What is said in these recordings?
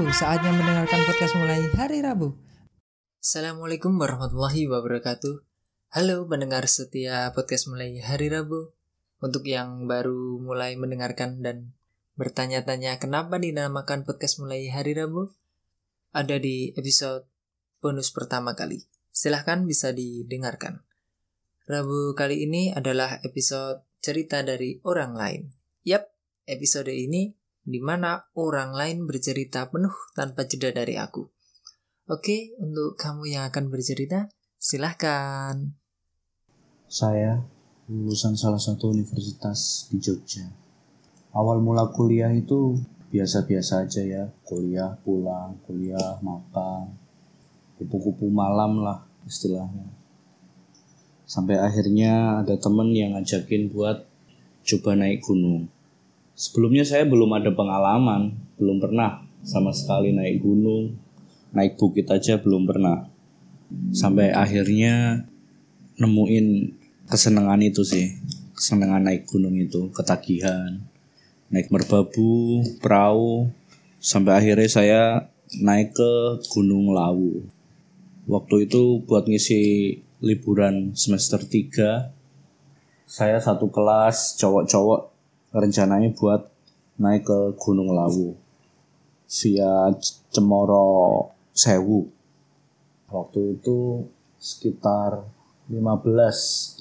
saatnya mendengarkan podcast mulai hari Rabu. Assalamualaikum warahmatullahi wabarakatuh. Halo pendengar setia podcast mulai hari Rabu. Untuk yang baru mulai mendengarkan dan bertanya-tanya kenapa dinamakan podcast mulai hari Rabu, ada di episode bonus pertama kali. Silahkan bisa didengarkan. Rabu kali ini adalah episode cerita dari orang lain. Yap, episode ini di mana orang lain bercerita penuh tanpa jeda dari aku. Oke, untuk kamu yang akan bercerita, silahkan. Saya lulusan salah satu universitas di Jogja. Awal mula kuliah itu biasa-biasa aja ya. Kuliah, pulang, kuliah, makan. Kupu-kupu malam lah istilahnya. Sampai akhirnya ada temen yang ngajakin buat coba naik gunung. Sebelumnya saya belum ada pengalaman, belum pernah sama sekali naik gunung, naik bukit aja belum pernah. Sampai akhirnya nemuin kesenangan itu sih, kesenangan naik gunung itu, ketagihan, naik merbabu, perahu, sampai akhirnya saya naik ke Gunung Lawu. Waktu itu buat ngisi liburan semester 3, saya satu kelas cowok-cowok rencananya buat naik ke Gunung Lawu via Cemoro Sewu. Waktu itu sekitar 15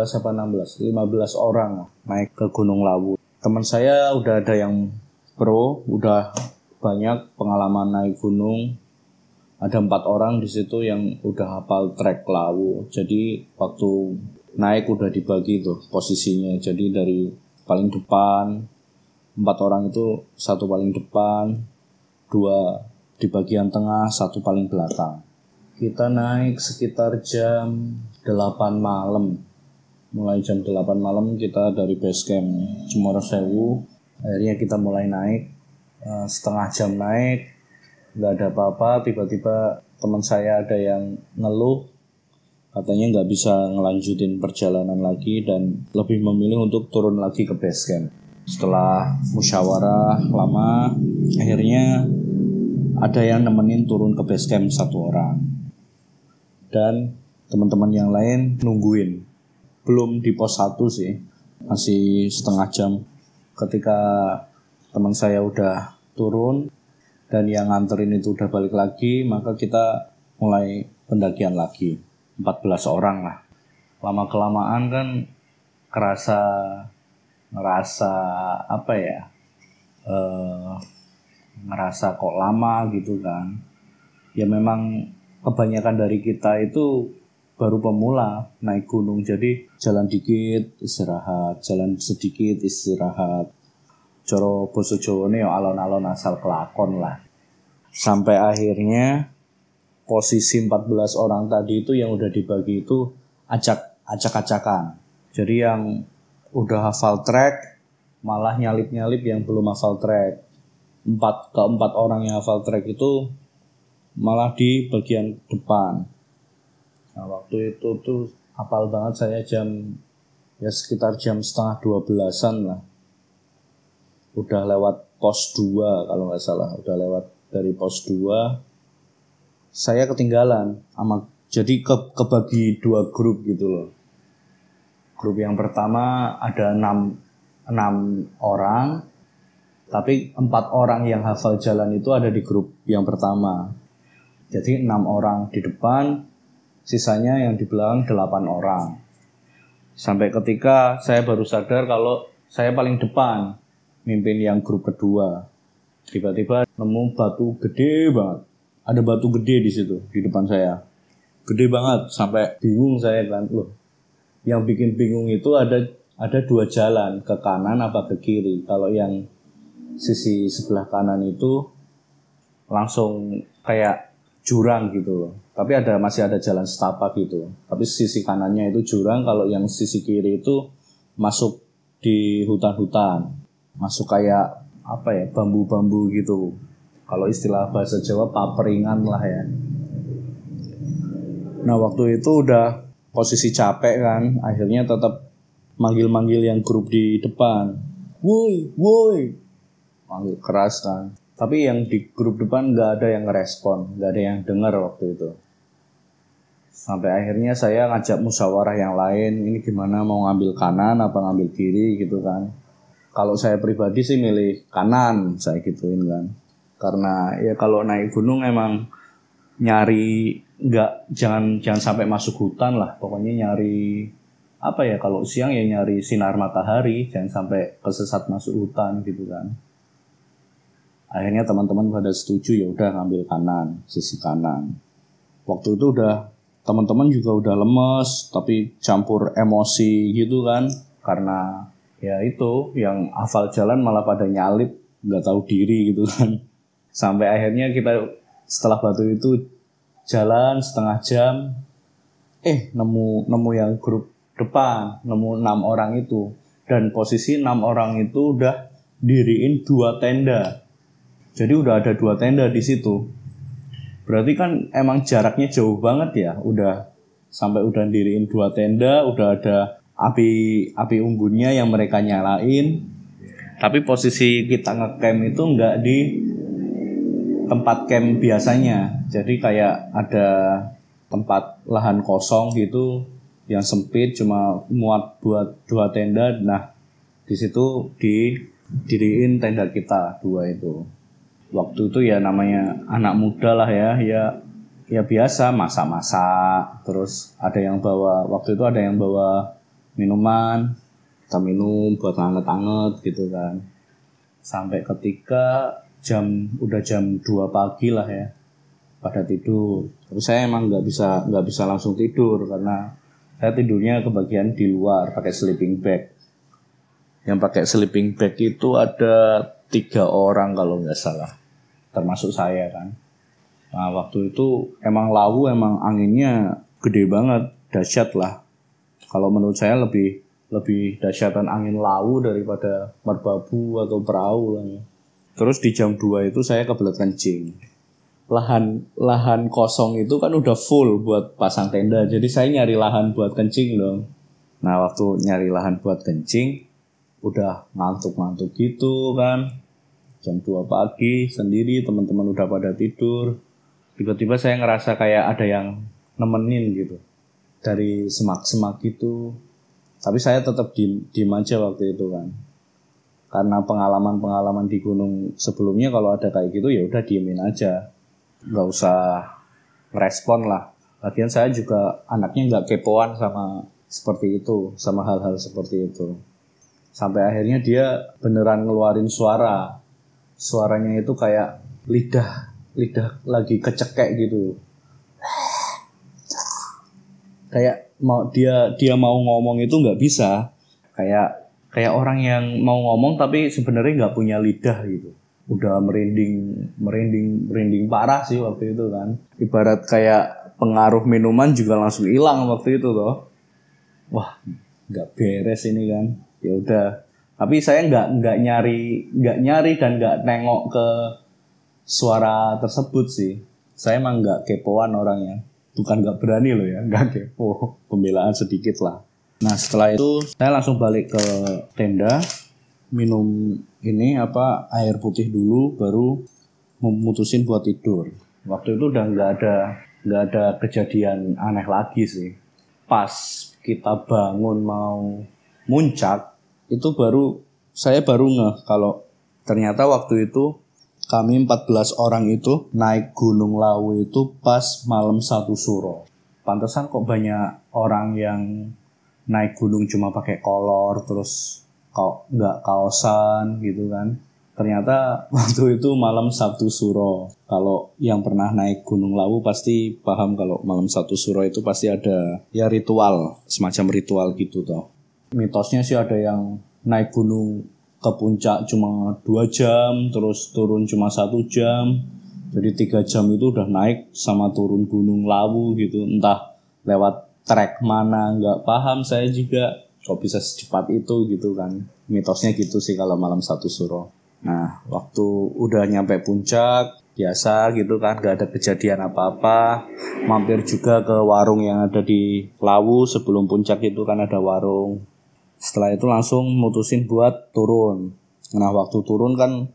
orang naik ke Gunung Lawu. Teman saya udah ada yang pro, udah banyak pengalaman naik gunung. Ada 4 orang di situ yang udah hafal trek Lawu. Jadi waktu naik udah dibagi tuh posisinya. Jadi dari paling depan, 4 orang itu satu paling depan, 2 di bagian tengah, 1 paling belakang. Kita naik sekitar jam 8 malam. Mulai jam 8 malam kita dari base camp Cemoro Sewu. Akhirnya kita mulai naik. Setengah jam naik, gak ada apa-apa. Tiba-tiba teman saya ada yang ngeluh, katanya gak bisa ngelanjutin perjalanan lagi dan lebih memilih untuk turun lagi ke base camp. Setelah musyawarah lama, akhirnya ada yang nemenin turun ke base camp 1 orang. Dan teman-teman yang lain nungguin. Belum di pos 1 sih, masih setengah jam. Ketika teman saya udah turun dan yang nganterin itu udah balik lagi, maka kita mulai pendakian lagi. 14 orang lah. Lama-kelamaan kan ngerasa apa ya, ngerasa kok lama gitu kan. Ya memang kebanyakan dari kita itu baru pemula naik gunung, jadi jalan dikit istirahat, jalan sedikit istirahat. Coro basa Jawane ya alon-alon asal kelakon lah. Sampai akhirnya posisi 14 orang tadi itu yang udah dibagi itu acak-acakan. Jadi yang udah hafal trek malah nyalip-nyalip yang belum hafal trek. 4 orang yang hafal trek itu malah di bagian depan. Nah, waktu itu tuh hafal banget saya sekitar jam setengah 12-an lah. Udah lewat pos 2 kalau nggak salah, udah lewat dari pos 2. Saya ketinggalan jadi kebagi 2 grup gitu loh. Grup yang pertama ada 6 orang, tapi 4 orang yang hafal jalan itu ada di grup yang pertama. Jadi 6 orang di depan, sisanya yang di belakang 8 orang. Sampai ketika saya baru sadar kalau saya paling depan, mimpin yang grup kedua. Tiba-tiba nemu batu gede banget. Ada batu gede di situ di depan saya. Gede banget sampai bingung saya kan. Loh, yang bikin bingung itu ada 2 jalan, ke kanan apa ke kiri. Kalau yang sisi sebelah kanan itu langsung kayak jurang gitu loh. Tapi masih ada jalan setapak gitu. Tapi sisi kanannya itu jurang, kalau yang sisi kiri itu masuk di hutan-hutan. Masuk kayak apa ya, bambu-bambu gitu. Kalau istilah bahasa Jawa paperingan lah ya. Nah waktu itu udah posisi capek kan, akhirnya tetap manggil-manggil yang grup di depan. Woi, manggil keras kan. Tapi yang di grup depan nggak ada yang ngerespon, nggak ada yang dengar waktu itu. Sampai akhirnya saya ngajak musyawarah yang lain, ini gimana, mau ngambil kanan apa ngambil kiri gitu kan. Kalau saya pribadi sih milih kanan, saya gituin kan. Karena ya kalau naik gunung emang nyari jangan sampai masuk hutan lah. Pokoknya nyari apa ya, kalau siang ya nyari sinar matahari, jangan sampai kesesat masuk hutan gitu kan. Akhirnya teman-teman pada setuju, ya udah ngambil kanan, sisi kanan. Waktu itu teman-teman juga udah lemes, tapi campur emosi gitu kan. Karena ya itu, yang hafal jalan malah pada nyalip, nggak tahu diri gitu kan. Sampai akhirnya kita setelah batu itu jalan setengah jam, nemu yang grup depan, nemu 6 orang itu. Dan posisi 6 orang itu udah diriin 2 tenda. Jadi udah ada 2 tenda di situ. Berarti kan emang jaraknya jauh banget ya. Udah diriin 2 tenda, udah ada api unggunnya yang mereka nyalain. Tapi posisi kita ngecamp itu nggak di tempat camp biasanya. Jadi kayak ada tempat lahan kosong gitu yang sempit, cuma muat buat 2 tenda. Nah, di situ didiriin tenda kita 2 itu. Waktu itu ya namanya anak muda lah ya biasa masak-masak, terus waktu itu ada yang bawa minuman, kita minum buat anget-anget gitu kan. Sampai ketika udah jam 2 pagi lah ya, pada tidur. Tapi saya emang nggak bisa langsung tidur karena saya tidurnya kebagian di luar pakai sleeping bag. Yang pakai sleeping bag itu ada 3 orang kalau nggak salah, termasuk saya kan. Nah waktu itu emang Lawu emang anginnya gede banget, dahsyat lah. Kalau menurut saya lebih dahsyatan angin Lawu daripada merbabu atau perahu lah ya. Terus di jam 2 itu saya kebelet kencing. Lahan kosong itu kan udah full buat pasang tenda, jadi saya nyari lahan buat kencing dong. Nah waktu nyari lahan buat kencing udah ngantuk gitu kan. Jam 2 pagi sendiri, teman-teman udah pada tidur. Tiba-tiba saya ngerasa kayak ada yang nemenin gitu dari semak-semak gitu. Tapi saya tetap diem aja waktu itu kan. Karena pengalaman di gunung sebelumnya kalau ada kayak gitu ya udah diemin aja. Nggak usah ngerespon lah. Lagian saya juga anaknya nggak kepoan sama seperti itu, sama hal-hal seperti itu. Sampai akhirnya dia beneran ngeluarin suara. Suaranya itu kayak lidah lagi kecekek gitu. Kayak dia mau ngomong itu nggak bisa. Kayak orang yang mau ngomong tapi sebenarnya nggak punya lidah gitu. Udah merinding parah sih waktu itu kan. Ibarat kayak pengaruh minuman juga langsung hilang waktu itu toh. Wah, nggak beres ini kan. Ya udah. Tapi saya nggak nyari dan nggak nengok ke suara tersebut sih. Saya emang nggak kepoan orangnya. Bukan nggak berani loh ya, nggak kepo. Pembelaan sedikit lah. Nah setelah itu saya langsung balik ke tenda, minum air putih dulu, baru memutusin buat tidur. Waktu itu udah nggak ada kejadian aneh lagi sih. Pas kita bangun mau muncak, itu saya baru ngeh kalau ternyata waktu itu kami 14 orang itu naik Gunung Lawu itu pas malam 1 suro. Pantesan kok banyak orang yang naik gunung cuma pakai kolor, terus kok nggak kaosan gitu kan. Ternyata waktu itu malam 1 suro. Kalau yang pernah naik Gunung Lawu pasti paham kalau malam 1 suro itu pasti ada ya ritual, semacam ritual gitu toh. Mitosnya sih ada yang naik gunung ke puncak cuma 2 jam, terus turun cuma 1 jam. Jadi 3 jam itu udah naik sama turun Gunung Lawu gitu. Entah lewat trek mana, nggak paham saya juga. Kok bisa secepat itu gitu kan. Mitosnya gitu sih kalau malam 1 suro. Nah, waktu udah nyampe puncak, biasa gitu kan, gak ada kejadian apa-apa. Mampir juga ke warung yang ada di Lawu. Sebelum puncak itu kan ada warung. Setelah itu langsung mutusin buat turun. Nah waktu turun kan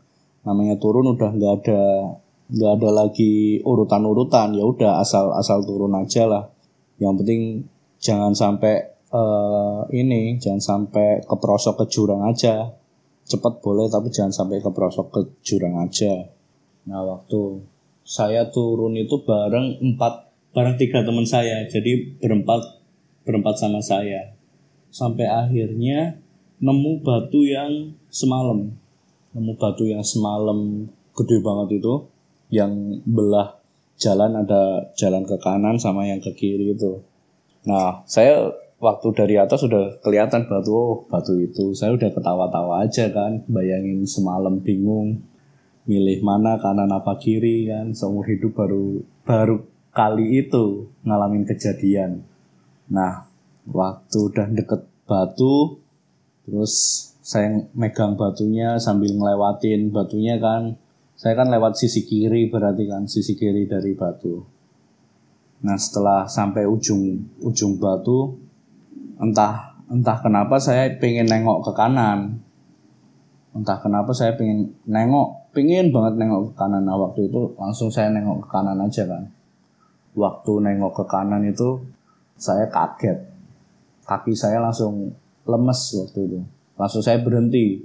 Namanya turun udah nggak ada lagi urutan-urutan, ya udah asal turun aja lah. Yang penting jangan sampai jangan sampai keprosok ke jurang aja. Cepat boleh tapi jangan sampai keprosok ke jurang aja. Nah, waktu saya turun itu bareng 3 teman saya, jadi berempat sama saya. Sampai akhirnya nemu batu yang semalam gede banget itu, yang belah jalan, ada jalan ke kanan sama yang ke kiri itu. Nah, saya waktu dari atas sudah kelihatan batu itu, saya udah ketawa-tawa aja kan, bayangin semalam bingung milih mana kanan apa kiri kan, seumur hidup baru kali itu ngalamin kejadian. Nah, waktu udah deket batu, terus saya megang batunya sambil ngelewatin batunya kan, saya kan lewat sisi kiri, berarti kan sisi kiri dari batu. Nah, setelah sampai ujung batu, entah kenapa saya pengen nengok ke kanan. Pengen banget nengok ke kanan. Nah, waktu itu langsung saya nengok ke kanan aja kan. Waktu nengok ke kanan itu saya kaget. Kaki saya langsung lemes waktu itu. Langsung saya berhenti.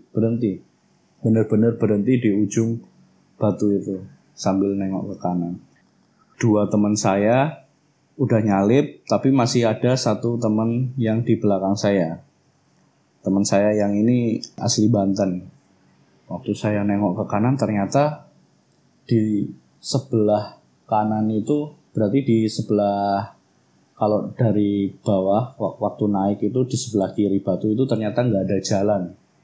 Bener-bener berhenti di ujung batu itu sambil nengok ke kanan. 2 teman saya udah nyalip, tapi masih ada 1 teman yang di belakang saya. Teman saya yang ini asli Banten. Waktu saya nengok ke kanan, ternyata di sebelah kanan itu, berarti di sebelah, kalau dari bawah waktu naik itu di sebelah kiri batu itu ternyata nggak ada jalan.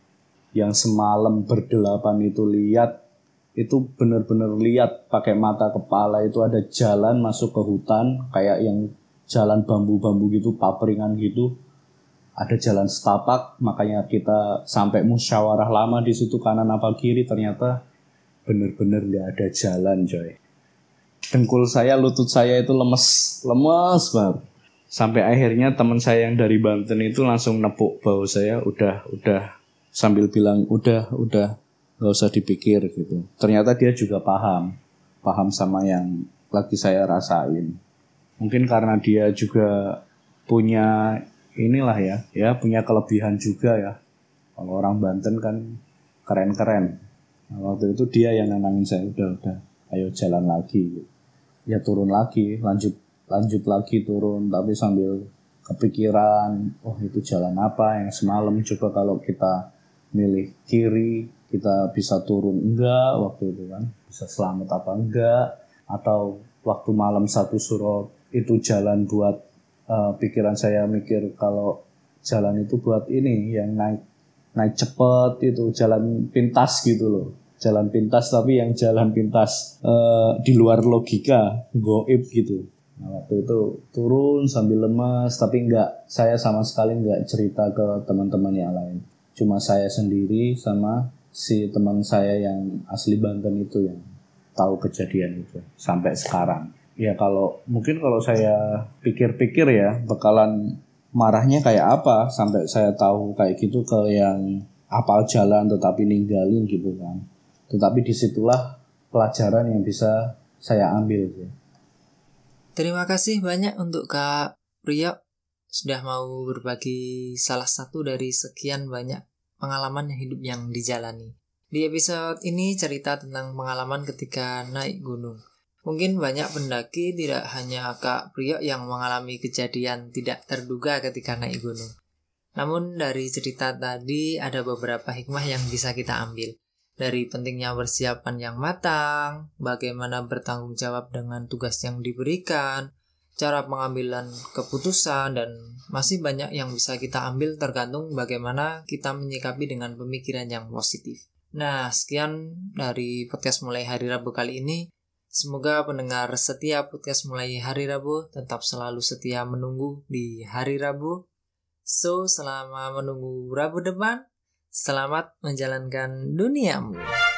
Yang semalam berdelapan itu lihat, itu benar-benar lihat pakai mata kepala, itu ada jalan masuk ke hutan, kayak yang jalan bambu-bambu gitu, papringan gitu. Ada jalan setapak, makanya kita sampai musyawarah lama di situ kanan apa kiri, ternyata benar-benar nggak ada jalan, coy. Dengkul saya, lutut saya itu lemes banget. Sampai akhirnya teman saya yang dari Banten itu langsung nepuk bahu saya, udah sambil bilang udah nggak usah dipikir gitu. Ternyata dia juga paham sama yang lagi saya rasain. Mungkin karena dia juga punya inilah ya punya kelebihan juga ya. Kalau orang Banten kan keren-keren. Nah, waktu itu dia yang nenangin saya, udah ayo jalan lagi. Ya turun lagi, lanjut lagi turun, tapi sambil kepikiran, itu jalan apa yang semalam, coba kalau kita milih kiri kita bisa turun enggak waktu itu kan, bisa selamat apa enggak, atau waktu malam 1 Suro itu jalan buat pikiran saya mikir kalau jalan itu buat ini yang naik cepet, itu jalan pintas gitu loh, jalan pintas, tapi yang jalan pintas di luar logika, goib gitu. Nah, waktu itu turun sambil lemas, tapi saya sama sekali enggak cerita ke teman-teman yang lain. Cuma saya sendiri sama si teman saya yang asli Banten itu yang tahu kejadian itu sampai sekarang. Ya mungkin kalau saya pikir-pikir ya bakalan marahnya kayak apa sampai saya tahu kayak gitu ke yang apal jalan tetapi ninggalin gitu kan. Tetapi disitulah pelajaran yang bisa saya ambil ya. Terima kasih banyak untuk Kak Priyo sudah mau berbagi salah satu dari sekian banyak pengalaman hidup yang dijalani. Di episode ini cerita tentang pengalaman ketika naik gunung. Mungkin banyak pendaki, tidak hanya Kak Priyo yang mengalami kejadian tidak terduga ketika naik gunung. Namun dari cerita tadi ada beberapa hikmah yang bisa kita ambil. Dari pentingnya persiapan yang matang, bagaimana bertanggung jawab dengan tugas yang diberikan, cara pengambilan keputusan, dan masih banyak yang bisa kita ambil tergantung bagaimana kita menyikapi dengan pemikiran yang positif. Nah, sekian dari podcast mulai hari Rabu kali ini. Semoga pendengar setia podcast mulai hari Rabu tetap selalu setia menunggu di hari Rabu. So, selama menunggu Rabu depan, selamat menjalankan duniamu.